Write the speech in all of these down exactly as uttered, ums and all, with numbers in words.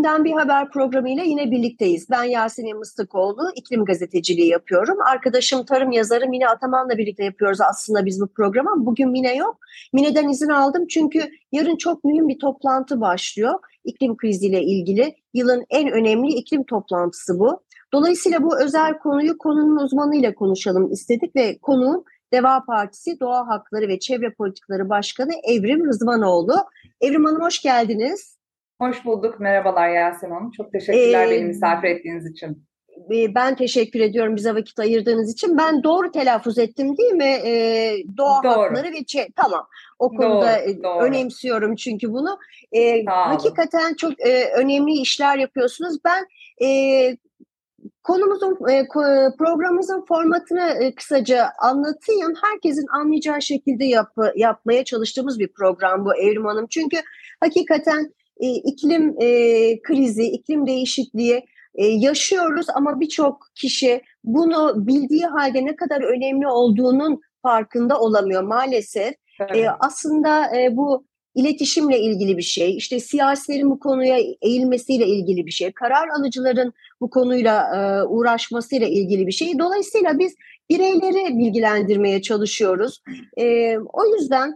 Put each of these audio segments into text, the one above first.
İklimden Bir Haber programıyla yine birlikteyiz. Ben Yasemin Mıstıkoğlu, iklim gazeteciliği yapıyorum. Arkadaşım tarım yazarı Mine Ataman'la birlikte yapıyoruz aslında biz bu programı. Bugün Mine yok. Mine'den izin aldım çünkü yarın çok mühim bir toplantı başlıyor. İklim kriziyle ilgili. Yılın en önemli iklim toplantısı bu. Dolayısıyla bu özel konuyu konunun uzmanıyla konuşalım istedik ve konuğum Deva Partisi Doğa Hakları ve Çevre Politikaları Başkanı Evrim Rızvanoğlu. Evrim Hanım hoş geldiniz. Hoş bulduk. Merhabalar Yasemin Hanım. Çok teşekkürler ee, beni misafir ettiğiniz için. Ben teşekkür ediyorum bize vakit ayırdığınız için. Ben doğru telaffuz ettim değil mi? Ee, doğa doğru. hakları ve çe- tamam. O konuda doğru, doğru. önemsiyorum çünkü bunu. Ee, hakikaten çok e, önemli işler yapıyorsunuz. Ben e, konumuzun, e, programımızın formatını e, kısaca anlatayım. Herkesin anlayacağı şekilde yap, yapmaya çalıştığımız bir program bu Evrim Hanım. Çünkü hakikaten e, iklim e, krizi, iklim değişikliği e, yaşıyoruz ama birçok kişi bunu bildiği halde ne kadar önemli olduğunun farkında olamıyor maalesef. E, aslında e, bu iletişimle ilgili bir şey, işte siyasilerin bu konuya eğilmesiyle ilgili bir şey, karar alıcıların bu konuyla e, uğraşmasıyla ilgili bir şey. Dolayısıyla biz bireyleri bilgilendirmeye çalışıyoruz. E, o yüzden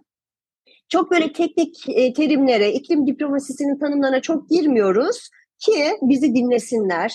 çok böyle teknik e, terimlere, iklim diplomasisinin tanımlarına çok girmiyoruz ki bizi dinlesinler.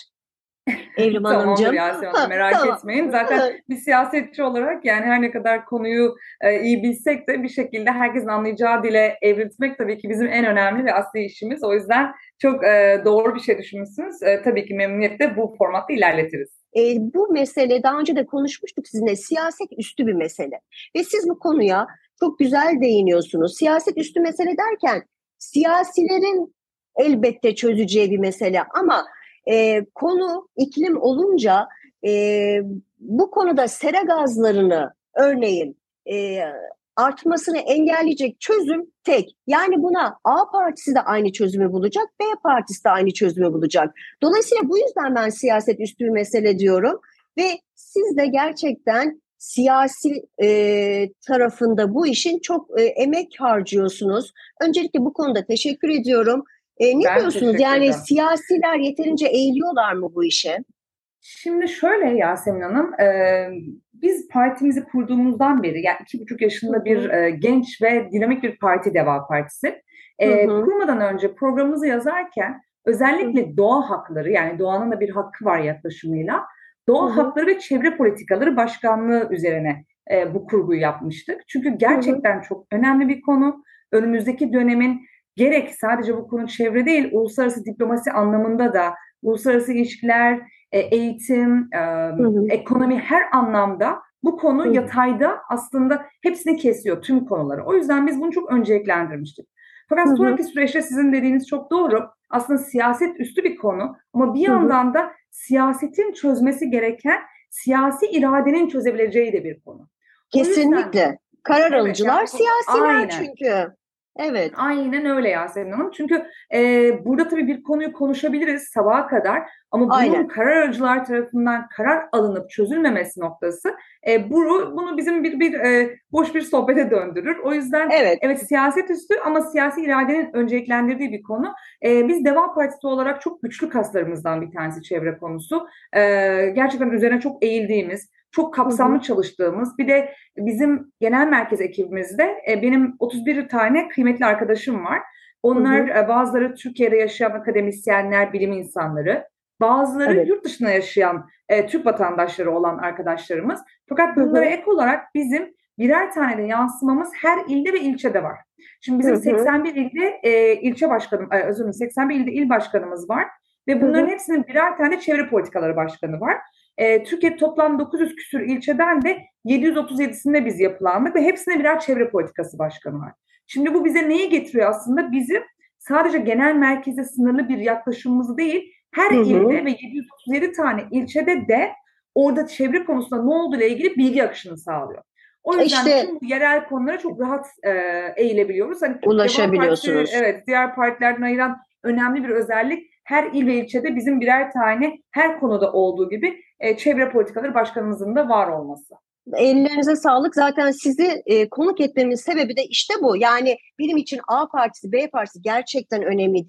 Evrim Hanımcığım. Tamamdır Yasemin Hanım, merak tamam. etmeyin. Zaten bir siyasetçi olarak yani her ne kadar konuyu e, iyi bilsek de bir şekilde herkesin anlayacağı dile evriltmek tabii ki bizim en önemli ve asli işimiz. O yüzden çok e, doğru bir şey düşünmüşsünüz. E, tabii ki memnuniyetle bu formatta ilerletiriz. E, bu mesele daha önce de konuşmuştuk sizinle, siyaset üstü bir mesele. Ve siz bu konuya çok güzel değiniyorsunuz. Siyaset üstü mesele derken siyasilerin elbette çözeceği bir mesele ama e, konu iklim olunca e, bu konuda sera gazlarını örneğin e, artmasını engelleyecek çözüm tek. Yani buna A partisi de aynı çözümü bulacak, B partisi de aynı çözümü bulacak. Dolayısıyla bu yüzden ben siyaset üstü bir mesele diyorum ve siz de gerçekten siyasi e, tarafında bu işin çok e, emek harcıyorsunuz. Öncelikle bu konuda teşekkür ediyorum. E, ne ben diyorsunuz? Yani ederim. Siyasiler yeterince eğiliyorlar mı bu işe? Şimdi şöyle Yasemin Hanım, e, biz partimizi kurduğumuzdan beri, yani iki buçuk yaşında Hı-hı. bir e, genç ve dinamik bir parti Deva Partisi. E, kurmadan önce programımızı yazarken özellikle Hı-hı. doğa hakları, yani doğanın da bir hakkı var yaklaşımıyla, doğa Hı-hı. hakları ve çevre politikaları başkanlığı üzerine e, bu kurguyu yapmıştık. Çünkü gerçekten Hı-hı. çok önemli bir konu. Önümüzdeki dönemin gerek sadece bu konu çevre değil, uluslararası diplomasi anlamında da uluslararası ilişkiler, eğitim, hı hı. ekonomi her anlamda bu konu hı. yatayda aslında hepsini kesiyor, tüm konuları. O yüzden biz bunu çok önceliklendirmiştik. Fakat hı hı. sonraki süreçte sizin dediğiniz çok doğru. Aslında siyaset üstü bir konu ama bir yandan hı hı. da siyasetin çözmesi gereken siyasi iradenin çözebileceği de bir konu. Kesinlikle. Yüzden, Karar alıcılar evet, yani, siyasiler aynen. çünkü. Evet. Aynen öyle Yasemin Hanım. Çünkü e, burada tabii bir konuyu konuşabiliriz sabaha kadar ama bunun Aynen. karar alıcılar tarafından karar alınıp çözülmemesi noktası e, bunu, bunu bizim bir, bir e, boş bir sohbete döndürür. O yüzden evet, evet siyaset üstü ama siyasi iradenin önceliklendirdiği bir konu. E, biz Deva Partisi olarak çok güçlü kaslarımızdan bir tanesi çevre konusu. E, gerçekten üzerine çok eğildiğimiz, çok kapsamlı hı hı. çalıştığımız, bir de bizim genel merkez ekibimizde e, benim otuz bir tane kıymetli arkadaşım var. Onlar hı hı. E, bazıları Türkiye'de yaşayan akademisyenler, bilim insanları, bazıları evet. yurt dışında yaşayan e, Türk vatandaşları olan arkadaşlarımız. Fakat bunlara hı hı. ek olarak bizim birer tane de yansımamız her ilde ve ilçede var. Şimdi bizim hı hı. seksen bir ilde e, ilçe başkanım, e, özür dilerim seksen bir ilde il başkanımız var ve bunların hı hı. hepsinin birer tane çevre politikaları başkanı var. E, Türkiye toplam dokuz yüz küsur ilçeden de yedi yüz otuz yedisinde biz yapılandık ve hepsine birer çevre politikası başkanı var. Şimdi bu bize neyi getiriyor aslında? Bizim sadece genel merkeze sınırlı bir yaklaşımımız değil, her hı hı. ilde ve yedi yüz otuz yedi tane ilçede de orada çevre konusunda ne olduğu ile ilgili bilgi akışını sağlıyor. O yüzden işte, tüm yerel konulara çok rahat e, eğilebiliyoruz. Hani ulaşabiliyorsunuz. Partisi, evet, diğer partilerden ayıran önemli bir özellik. Her il ve ilçede bizim birer tane her konuda olduğu gibi e, çevre politikaları başkanımızın da var olması. Ellerinize sağlık. Zaten sizi e, konuk etmemin sebebi de işte bu. Yani benim için A partisi, B partisi gerçekten önemli değil.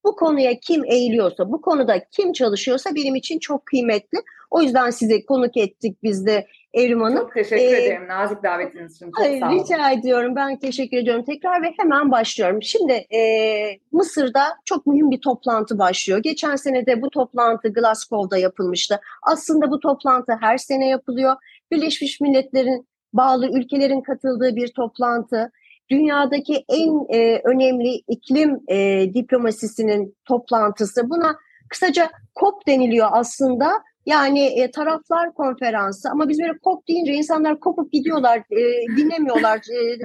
Bu konuya kim eğiliyorsa, bu konuda kim çalışıyorsa benim için çok kıymetli. O yüzden sizi konuk ettik biz de Evrim Hanım. Çok teşekkür ee, ederim nazik davetiniz için. Çok hayır, sağ olun. Rica ediyorum. Ben teşekkür ediyorum tekrar ve hemen başlıyorum. Şimdi e, Mısır'da çok mühim bir toplantı başlıyor. Geçen sene de bu toplantı Glasgow'da yapılmıştı. Aslında bu toplantı her sene yapılıyor. Birleşmiş Milletler'in bağlı ülkelerin katıldığı bir toplantı. Dünyadaki en e, önemli iklim e, diplomasisinin toplantısı. Buna kısaca COP deniliyor aslında. Yani e, taraflar konferansı ama biz böyle COP deyince insanlar kopup gidiyorlar, e, dinlemiyorlar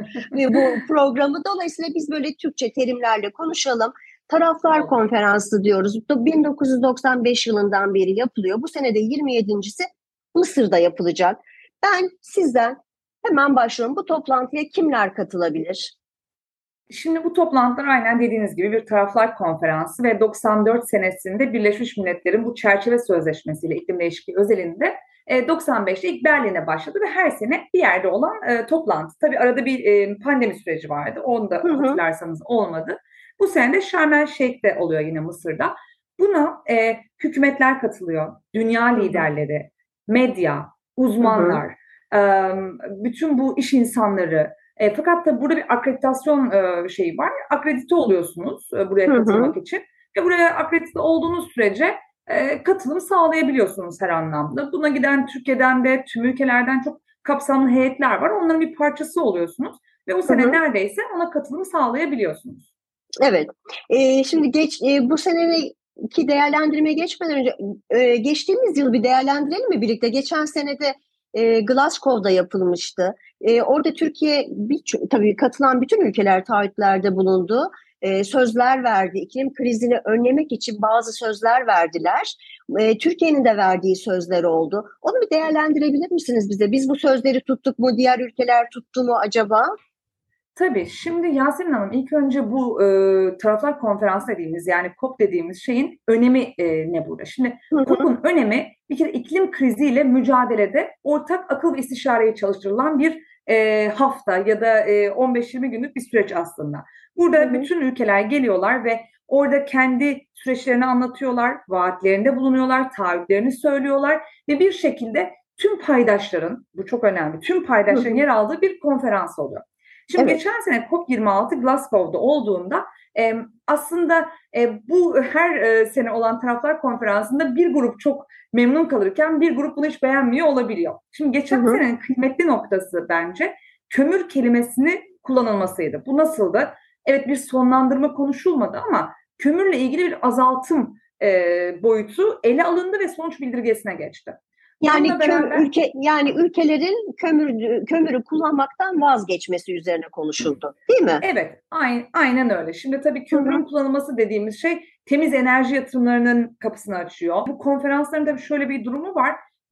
e, bu programı. Dolayısıyla biz böyle Türkçe terimlerle konuşalım. Taraflar konferansı diyoruz. bin dokuz yüz doksan beş yılından beri yapılıyor. Bu sene de yirmi yedincisi Mısır'da yapılacak. Ben sizden hemen başlıyorum. Bu toplantıya kimler katılabilir? Şimdi bu toplantılar aynen dediğiniz gibi bir taraflar konferansı ve doksan dört senesinde Birleşmiş Milletler'in bu çerçeve sözleşmesiyle iklim değişikliği özelinde doksan beşte ilk Berlin'e başladı ve her sene bir yerde olan e, toplantı. Tabii arada bir e, pandemi süreci vardı. Onu da hı hı. hatırlarsanız olmadı. Bu sene de Şarm El Şeyh'te oluyor yine Mısır'da. Buna e, hükümetler katılıyor, dünya liderleri, medya, uzmanlar, hı hı. E, bütün bu iş insanları. E, fakat da burada bir akreditasyon e, şeyi var. Akredite oluyorsunuz e, buraya katılmak hı hı. için. Ve buraya akredite olduğunuz sürece e, katılım sağlayabiliyorsunuz her anlamda. Buna giden Türkiye'den de tüm ülkelerden çok kapsamlı heyetler var. Onların bir parçası oluyorsunuz. Ve o sene hı hı. neredeyse ona katılım sağlayabiliyorsunuz. Evet. E, şimdi geç e, bu seneki değerlendirmeye geçmeden önce e, geçtiğimiz yıl bir değerlendirelim mi birlikte? Geçen senede e, Glasgow'da yapılmıştı. E, orada Türkiye bir, tabii katılan bütün ülkeler taahhütlerde bulundu. E, sözler verdi. İklim krizini önlemek için bazı sözler verdiler. E, Türkiye'nin de verdiği sözler oldu. Onu bir değerlendirebilir misiniz bize? Biz bu sözleri tuttuk mu? Diğer ülkeler tuttu mu acaba? Tabii. Şimdi Yasemin Hanım ilk önce bu e, taraflar konferansı dediğimiz yani COP dediğimiz şeyin önemi e, ne burada? Şimdi COP'un önemi bir kere iklim kriziyle mücadelede ortak akıl ve istişareye çalıştırılan bir e, hafta ya da e, on beş yirmi günlük bir süreç aslında. Burada hı hı. bütün ülkeler geliyorlar ve orada kendi süreçlerini anlatıyorlar, vaatlerinde bulunuyorlar, taahhütlerini söylüyorlar ve bir şekilde tüm paydaşların, bu çok önemli, tüm paydaşların hı hı. yer aldığı bir konferans oluyor. Şimdi evet. geçen sene COP yirmi altı Glasgow'da olduğunda e, aslında e, bu her e, sene olan taraflar konferansında bir grup çok memnun kalırken bir grup bunu hiç beğenmiyor olabiliyor. Şimdi geçen hı hı. senenin kıymetli noktası bence kömür kelimesini kullanılmasıydı. Bu nasıldı? Evet bir sonlandırma konuşulmadı ama kömürle ilgili bir azaltım e, boyutu ele alındı ve sonuç bildirgesine geçti. Yani beraber... ülke yani ülkelerin kömür kömürü kullanmaktan vazgeçmesi üzerine konuşuldu, değil mi? Evet, aynen, aynen öyle. Şimdi tabii kömürün kullanılması dediğimiz şey temiz enerji yatırımlarının kapısını açıyor. Bu konferansların tabii şöyle bir durumu var.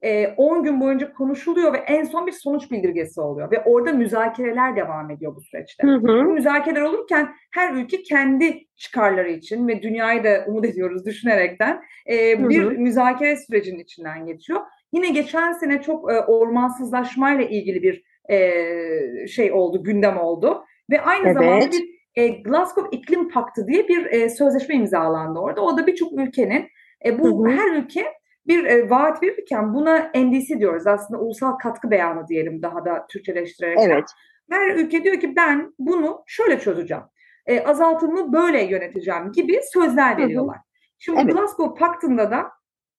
on gün boyunca konuşuluyor ve en son bir sonuç bildirgesi oluyor ve orada müzakereler devam ediyor bu süreçte. Hı hı. Bu müzakereler olurken her ülke kendi çıkarları için ve dünyayı da umut ediyoruz düşünerekten bir hı hı. müzakere sürecinin içinden geçiyor. Yine geçen sene çok e, ormansızlaşmayla ilgili bir e, şey oldu, gündem oldu ve aynı evet. zamanda bir e, Glasgow İklim Paktı diye bir e, sözleşme imzalandı orada. O da birçok ülkenin e, bu hı hı. her ülke bir e, vaat verirken buna N D C diyoruz aslında ulusal katkı beyanı diyelim daha da Türkçeleştirerek. Evet. Her ülke diyor ki ben bunu şöyle çözeceğim, e, azaltımı böyle yöneteceğim gibi sözler veriyorlar. Hı hı. Şimdi evet. Glasgow Paktı'nda da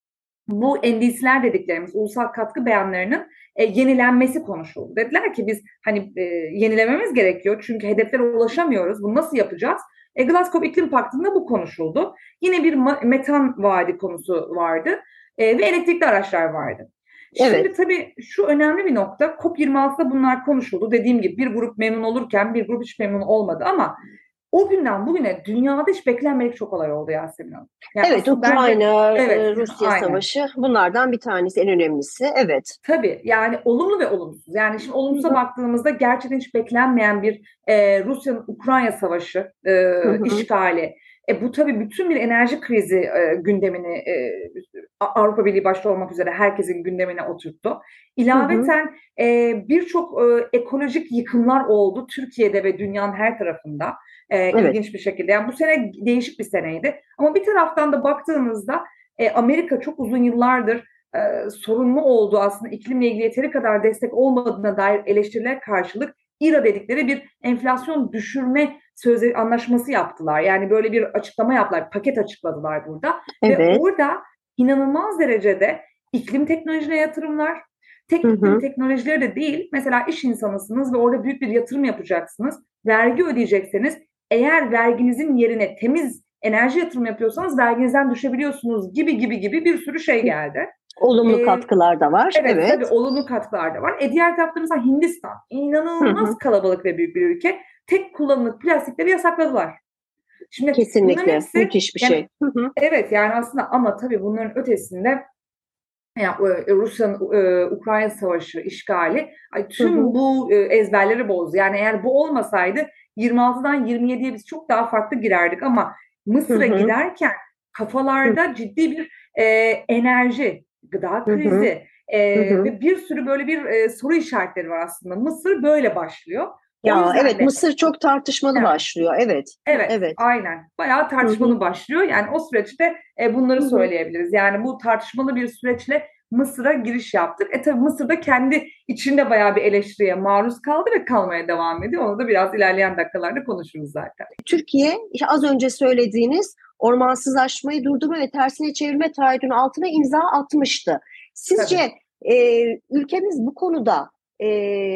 bu N D C'ler dediklerimiz ulusal katkı beyanlarının e, yenilenmesi konuşuldu. Dediler ki biz hani e, yenilememiz gerekiyor çünkü hedeflere ulaşamıyoruz. Bunu nasıl yapacağız? E, Glasgow İklim Paktı'nda bu konuşuldu. Yine bir metan vaadi konusu vardı e, ve elektrikli araçlar vardı. Evet. Şimdi tabii şu önemli bir nokta COP yirmi altıda bunlar konuşuldu. Dediğim gibi bir grup memnun olurken bir grup hiç memnun olmadı ama o günden bugüne dünyada hiç beklenmedik çok olay oldu Yasemin Hanım. Yani evet, Ukrayna, bence, evet, Rusya aynen. savaşı bunlardan bir tanesi, en önemlisi. Evet. Tabii yani olumlu ve olumsuz. Yani şimdi olumsuza baktığımızda gerçekten hiç beklenmeyen bir e, Rusya'nın Ukrayna savaşı, e, işgali. E, bu tabii bütün bir enerji krizi e, gündemini e, Avrupa Birliği başta olmak üzere herkesin gündemine oturttu. İlaveten e, birçok e, ekolojik yıkımlar oldu Türkiye'de ve dünyanın her tarafında. E, evet. İlginç bir şekilde. Yani bu sene değişik bir seneydi. Ama bir taraftan da baktığımızda e, Amerika çok uzun yıllardır e, sorunlu olduğu, aslında iklimle ilgili yeteri kadar destek olmadığına dair eleştiriler karşılık İ R A dedikleri bir enflasyon düşürme sözleri anlaşması yaptılar. Yani böyle bir açıklama yaptılar, paket açıkladılar burada. Evet. Ve orada inanılmaz derecede iklim teknolojisine yatırımlar, tek hı hı. iklim teknolojileri de değil, mesela iş insanısınız ve orada büyük bir yatırım yapacaksınız, vergi ödeyecekseniz, eğer verginizin yerine temiz enerji yatırım yapıyorsanız verginizden düşebiliyorsunuz gibi gibi gibi bir sürü şey geldi. Olumlu ee, katkılar da var. Evet, evet. Tabii olumlu katkılar da var. E diğer tarafta mesela Hindistan, inanılmaz hı hı. kalabalık ve büyük bir ülke. Tek kullanımlık plastikleri yasakladılar. Şimdi kesinlikle hepsi, müthiş bir yani, şey. Hı hı. Evet yani aslında ama tabii bunların ötesinde yani Rusya'nın Ukrayna savaşı, işgali tüm hı hı. bu ezberleri bozdu. Yani eğer bu olmasaydı yirmi altıdan yirmi yediye biz çok daha farklı girerdik ama Mısır'a hı hı. giderken kafalarda hı. ciddi bir e, enerji, gıda krizi hı hı. E, hı hı. ve bir sürü böyle bir e, soru işaretleri var aslında. Mısır böyle başlıyor. Ya evet de, Mısır çok tartışmalı evet. başlıyor. Evet. Evet. Evet. Aynen. Bayağı tartışmalı Hı-hı. başlıyor. Yani o süreçte e, bunları Hı-hı. söyleyebiliriz. Yani bu tartışmalı bir süreçle Mısır'a giriş yaptık. E tabii Mısır'da kendi içinde bayağı bir eleştiriye maruz kaldı ve kalmaya devam ediyor. Onu da biraz ilerleyen dakikalarda konuşuruz zaten. Türkiye az önce söylediğiniz ormansızlaşmayı durdurma ve tersine çevirme taahhüdünün altına imza atmıştı. Sizce e, ülkemiz bu konuda e,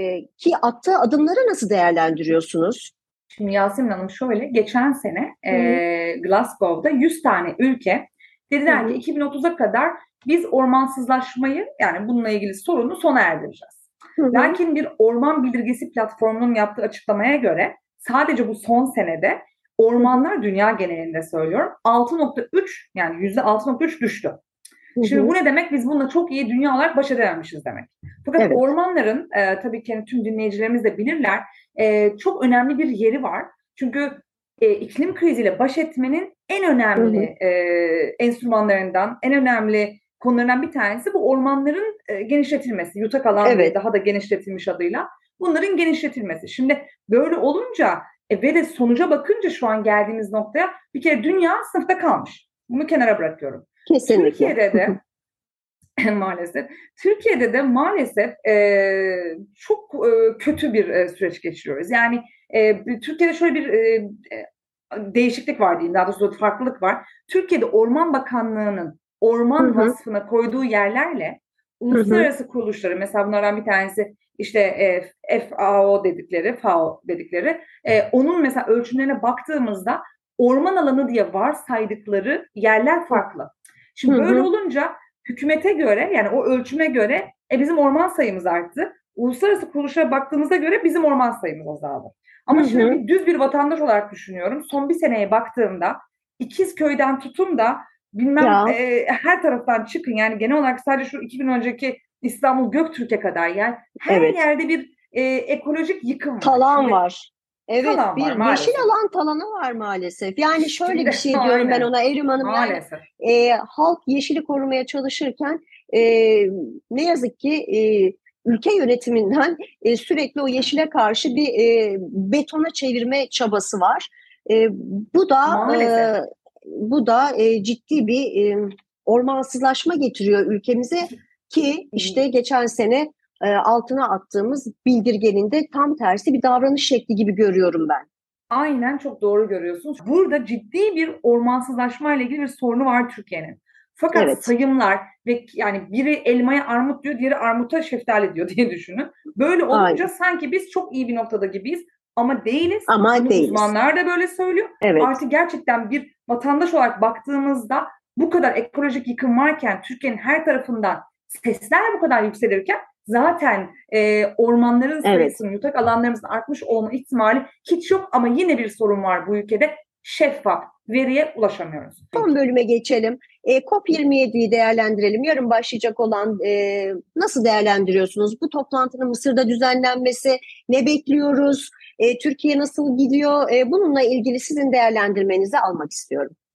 ki attığı adımları nasıl değerlendiriyorsunuz? Şimdi Yasemin Hanım şöyle, geçen sene e, Glasgow'da yüz tane ülke dediler Hı-hı. ki iki bin otuza kadar biz ormansızlaşmayı, yani bununla ilgili sorunu sona erdireceğiz. Hı-hı. Lakin bir orman bildirgesi platformunun yaptığı açıklamaya göre sadece bu son senede ormanlar Hı-hı. dünya genelinde söylüyorum altı nokta üç yani yüzde altı nokta üç düştü. Hı-hı. Şimdi bu ne demek? Biz bununla çok iyi dünya olarak baş edememişiz demek. Fakat evet. ormanların e, tabii ki tüm dinleyicilerimiz de bilirler e, çok önemli bir yeri var. Çünkü e, iklim kriziyle baş etmenin en önemli hı hı. E, enstrümanlarından, en önemli konularından bir tanesi bu ormanların e, genişletilmesi. Yutak alan evet. daha da genişletilmiş adıyla. Bunların genişletilmesi. Şimdi böyle olunca e, ve de sonuca bakınca şu an geldiğimiz noktaya bir kere dünya sınıfta kalmış. Bunu kenara bırakıyorum. Kesinlikle. Türkiye'de de maalesef. Türkiye'de de maalesef e, çok e, kötü bir e, süreç geçiriyoruz. Yani e, Türkiye'de şöyle bir e, değişiklik var diyeyim, daha doğrusu farklılık var. Türkiye'de Orman Bakanlığı'nın orman hı hı. vasfına koyduğu yerlerle uluslararası hı hı. kuruluşları, mesela bunlardan bir tanesi işte e, F A O dedikleri, F A O dedikleri, e, onun mesela ölçümlerine baktığımızda orman alanı diye varsaydıkları yerler farklı. Şimdi hı hı. böyle olunca hükümete göre, yani o ölçüme göre e, bizim orman sayımız arttı. Uluslararası kuruluşlara baktığımızda göre bizim orman sayımız azaldı. Ama hı hı. şimdi bir düz bir vatandaş olarak düşünüyorum. Son bir seneye baktığımda İkizköy'den tutun da bilmem e, her taraftan çıkın. Yani genel olarak sadece şu iki bin önceki İstanbul Göktürk'e kadar yani her evet. yerde bir e, ekolojik yıkım var. Talan şimdi, var. Evet, bir var, yeşil alan talanı var maalesef. Yani şöyle Şimdi, bir şey diyorum aynen. ben ona Evrim Hanım. Maalesef. Yani, e, halk yeşili korumaya çalışırken e, ne yazık ki e, ülke yönetiminden e, sürekli o yeşile karşı bir e, betona çevirme çabası var. E, bu da e, bu da e, ciddi bir e, ormansızlaşma getiriyor ülkemize ki işte geçen sene altına attığımız bildirgenin de tam tersi bir davranış şekli gibi görüyorum ben. Aynen, çok doğru görüyorsunuz. Burada ciddi bir ormansızlaşma ile ilgili bir sorunu var Türkiye'nin. Fakat evet. sayımlar ve yani biri elmaya armut diyor, diğeri armuta şeftali diyor diye düşünün. Böyle olunca Aynen. sanki biz çok iyi bir noktada gibiyiz ama değiliz. Ama Bunu değiliz. Uzmanlar da böyle söylüyor. Evet. Artık gerçekten bir vatandaş olarak baktığımızda bu kadar ekolojik yıkım varken, Türkiye'nin her tarafından sesler bu kadar yükselirken zaten e, ormanların sayısının, evet. yutak alanlarımızın artmış olma ihtimali hiç yok ama yine bir sorun var bu ülkede. Şeffaf, veriye ulaşamıyoruz. Son bölüme geçelim. E, COP yirmi yediyi değerlendirelim. Yarın başlayacak olan e, nasıl değerlendiriyorsunuz? Bu toplantının Mısır'da düzenlenmesi, ne bekliyoruz? E, Türkiye nasıl gidiyor? E, bununla ilgili sizin değerlendirmenizi almak istiyorum.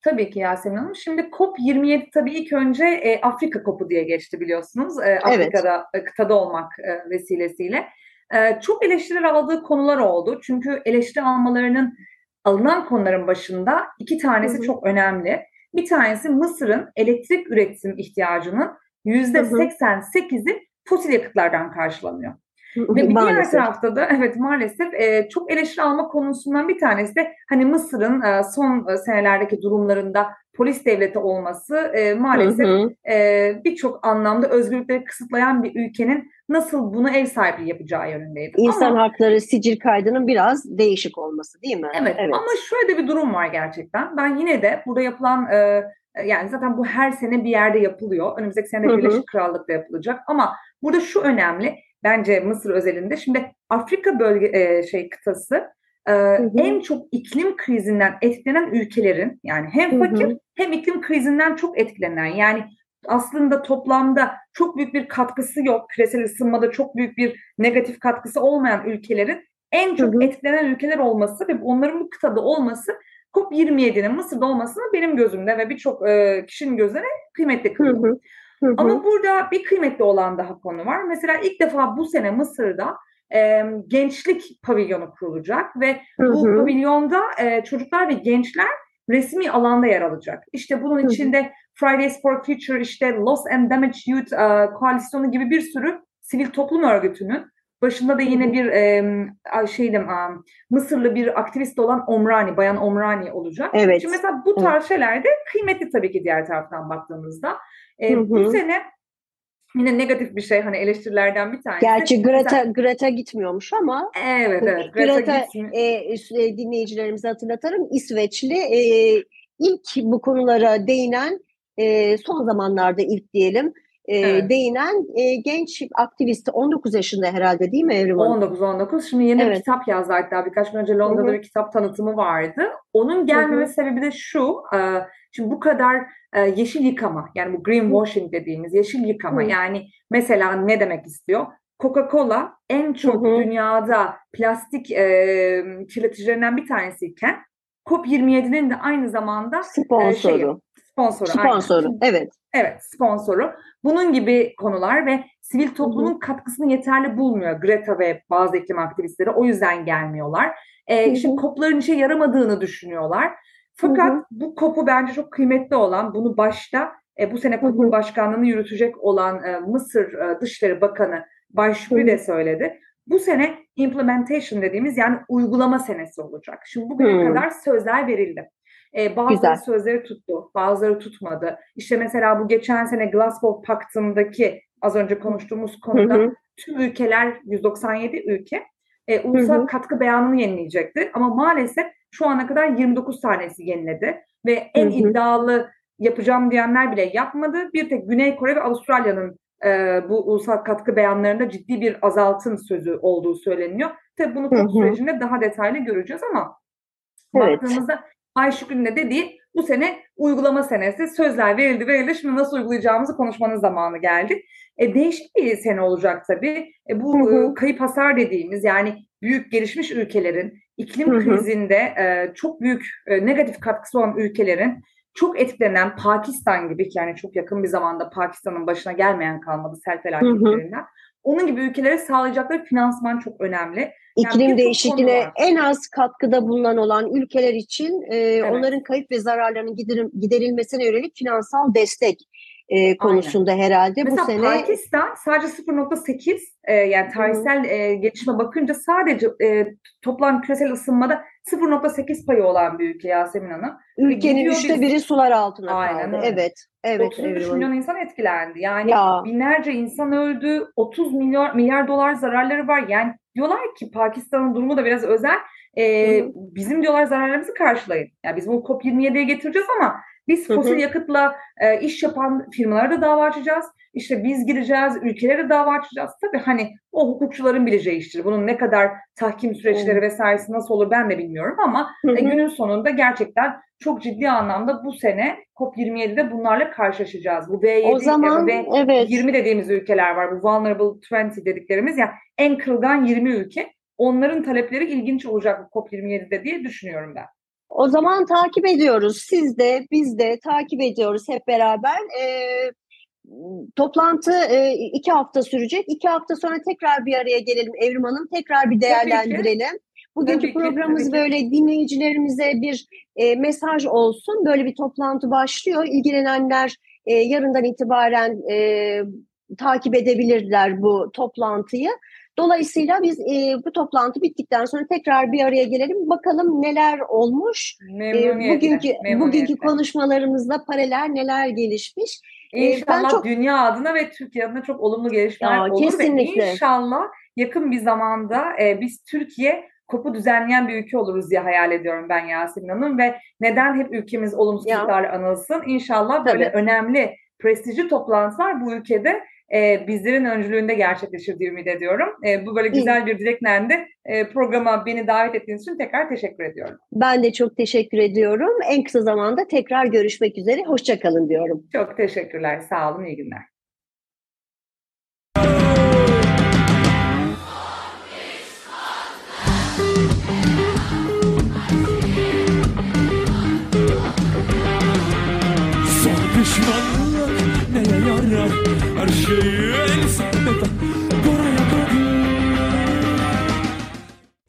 Tabii ki Yasemin Hanım. Şimdi COP yirmi yedi tabii ilk önce e, Afrika COP'u diye geçti biliyorsunuz. E, Evet. Afrika'da e, kıtada olmak e, vesilesiyle. E, çok eleştiri aldığı konular oldu. Çünkü eleştiri almalarının alınan konuların başında iki tanesi Hı hı. çok önemli. Bir tanesi Mısır'ın elektrik üretim ihtiyacının Hı yüzde hı. seksen sekizi fosil yakıtlardan karşılanıyor. Ve bir diğer Maalesef. tarafta da evet maalesef e, çok eleştiri alma konusundan bir tanesi de hani Mısır'ın e, son senelerdeki durumlarında polis devleti olması e, Hı maalesef hı. e, birçok anlamda özgürlükleri kısıtlayan bir ülkenin nasıl buna ev sahipliği yapacağı yönündeydi. İnsan Ama hakları sicil kaydının biraz değişik olması değil mi? evet ama Evet. şöyle de bir durum var gerçekten. Ben yine de burada yapılan e, yani zaten bu her sene bir yerde yapılıyor. Önümüzdeki sene Hı de hı. Birleşik Krallık'ta yapılacak. Ama burada şu önemli bence Mısır özelinde. Şimdi Afrika bölge e, şey kıtası e, Hı en hı. çok iklim krizinden etkilenen ülkelerin yani hem Hı fakir hı. hem iklim krizinden çok etkilenen yani aslında toplamda çok büyük bir katkısı yok. Küresel ısınmada çok büyük bir negatif katkısı olmayan ülkelerin en Hı çok hı. etkilenen ülkeler olması ve onların bu kıtada olması COP yirmi yedinin Mısır'da olmasını benim gözümde ve birçok e, kişinin gözüne kıymetli Hı kılıyor. hı. Hı hı. Ama burada bir kıymetli olan daha konu var. Mesela ilk defa bu sene Mısır'da e, gençlik pavilyonu kurulacak ve Hı bu hı. pavilyonda e, çocuklar ve gençler resmi alanda yer alacak. İşte bunun Hı hı. içinde Fridays for Future, işte Lost and Damaged Youth e, koalisyonu gibi bir sürü sivil toplum örgütünün başında da Hı yine hı. bir e, şeydim um, Mısırlı bir aktivist olan Omrani, Bayan Omrani olacak. Evet. Şimdi mesela bu Evet. tarz şeyler de kıymetli tabii ki diğer taraftan baktığımızda. Hı E, bu hı. sene yine negatif bir şey hani eleştirilerden bir tanesi. Gerçi Greta Mesela Greta gitmiyormuş ama evet evet Greta Greta gitsin. e, e, dinleyicilerimize hatırlatalım. İsveçli e, ilk bu konulara değinen e, son zamanlarda ilk diyelim e, Evet. değinen e, genç aktivist on dokuz yaşında herhalde değil mi Evrim Hanım? on dokuz on dokuz. Şimdi yeni bir Evet. kitap yazdı hatta birkaç gün önce Hı Londra'da hı. bir kitap tanıtımı vardı. Onun Hı gelmeme hı. sebebi de şu. E, şimdi bu kadar e, yeşil yıkama yani bu Hı greenwashing dediğimiz yeşil yıkama hı. yani mesela ne demek istiyor? Coca-Cola en Hı çok hı. dünyada plastik e, kirleticilerinden bir tanesiyken COP yirmi yedinin de aynı zamanda e, şeyi Sponsoru. sponsoru aynen. Sponsoru. Şimdi Evet. evet, sponsoru. Bunun gibi konular ve sivil Hı hı. toplumun katkısını yeterli bulmuyor Greta ve bazı iklim aktivistleri. O yüzden gelmiyorlar. Hı Ee, işte hı. COP'ların işe yaramadığını düşünüyorlar. Hı Fakat hı. bu COP'u bence çok kıymetli olan, bunu başta e, bu sene Hı COP'un hı. başkanlığını yürütecek olan e, Mısır e, Dışişleri Bakanı Bay Hı Şükrü de hı. söyledi. Bu sene implementation dediğimiz yani uygulama senesi olacak. Şimdi bugüne Hı. kadar sözler verildi. E, bazıları Güzel. sözleri tuttu, bazıları tutmadı. İşte mesela bu geçen sene Glasgow Paktı'ndaki az önce konuştuğumuz Hı konuda hı. tüm ülkeler yüz doksan yedi ülke e, Hı ulusal hı. katkı beyanını yenileyecekti. Ama maalesef şu ana kadar yirmi dokuz tanesi yeniledi. Ve Hı en hı. iddialı yapacağım diyenler bile yapmadı. Bir tek Güney Kore ve Avustralya'nın e, bu ulusal katkı beyanlarında ciddi bir azaltım sözü olduğu söyleniyor. Tabii bunu Hı COP hı. sürecinde daha detaylı göreceğiz ama Evet. baktığımızda Ayşegül'ün de dediği bu sene uygulama senesi. Sözler verildi verildi. Şimdi nasıl uygulayacağımızı konuşmanın zamanı geldi. E, değişik bir sene olacak tabii. E, Hı bu e, hı. kayıp hasar dediğimiz yani büyük gelişmiş ülkelerin Hı iklim hı. krizinde e, çok büyük e, negatif katkısı olan ülkelerin çok etkilenen Pakistan gibi yani çok yakın bir zamanda Pakistan'ın başına gelmeyen kalmadı sel Hı hı. felaketlerinden. Onun gibi ülkelere sağlayacakları finansman çok önemli. Yani İklim birçok konu değişikliğine var. en az katkıda bulunan olan ülkeler için e, Evet, onların kayıp ve zararlarının giderim, giderilmesine yönelik finansal destek e, aynen. konusunda herhalde bu Mesela sene. Pakistan sadece sıfır nokta sekiz e, yani Hı hı. tarihsel e, gelişime bakınca sadece e, toplam küresel ısınmada sıfır nokta sekiz payı olan bir ülke Yasemin Hanım. Ve Ülkenin gidiyor üçte bir biri sular altına aynen kaldı. öyle. Evet, evet otuz üç Evrim milyon Hanım. insan etkilendi. Yani Ya. binlerce insan öldü. otuz milyar milyar dolar zararları var. Yani diyorlar ki Pakistan'ın durumu da biraz özel. Hı Ee, hı. bizim diyorlar zararlarımızı karşılayın. Yani biz bunu COP yirmi yediye getireceğiz ama biz Hı fosil hı. yakıtla e, iş yapan firmalara da dava açacağız. İşte biz gireceğiz, ülkelere de dava açacağız. Tabii hani o hukukçuların bileceği iştir. Bunun ne kadar tahkim süreçleri Evet. vesairesi nasıl olur ben de bilmiyorum ama Hı e, hı. günün sonunda gerçekten çok ciddi anlamda bu sene COP yirmi yedide bunlarla karşılaşacağız. Bu O V yedi ya zaman ve evet. yirmi dediğimiz ülkeler var. Bu vulnerable yirmi dediklerimiz yani en kırılgan yirmi ülke. Onların talepleri ilginç olacak bu COP yirmi yedide diye düşünüyorum ben. O zaman takip ediyoruz. Siz de, biz de takip ediyoruz hep beraber. Ee, toplantı e, iki hafta sürecek. İki hafta sonra tekrar bir araya gelelim Evrim Hanım. Tekrar bir değerlendirelim. Bugünkü tabii programımız ki, böyle dinleyicilerimize bir e, mesaj olsun. Böyle bir toplantı başlıyor. İlgilenenler e, yarından itibaren e, takip edebilirler bu toplantıyı. Dolayısıyla biz e, bu toplantı bittikten sonra tekrar bir araya gelelim. Bakalım neler olmuş. E, bugünkü bugünkü konuşmalarımızla paralel neler gelişmiş. İnşallah çok, dünya adına ve Türkiye adına çok olumlu gelişmeler ya, olur kesinlikle. Ve inşallah yakın bir zamanda e, biz Türkiye kopu düzenleyen bir ülke oluruz diye hayal ediyorum ben Yasemin Hanım ve neden hep ülkemiz olumsuzluklarla anılsın? İnşallah böyle tabii, önemli, prestijli toplantılar bu ülkede e, bizlerin öncülüğünde gerçekleşir diye ümit ediyorum. E, bu böyle güzel bir dilekle de e, programa beni davet ettiğiniz için tekrar teşekkür ediyorum. Ben de çok teşekkür ediyorum. En kısa zamanda tekrar görüşmek üzere. Hoşça kalın diyorum. Çok teşekkürler. Sağ olun. İyi günler. Son pişmanlık neye yarar? Her şeyi el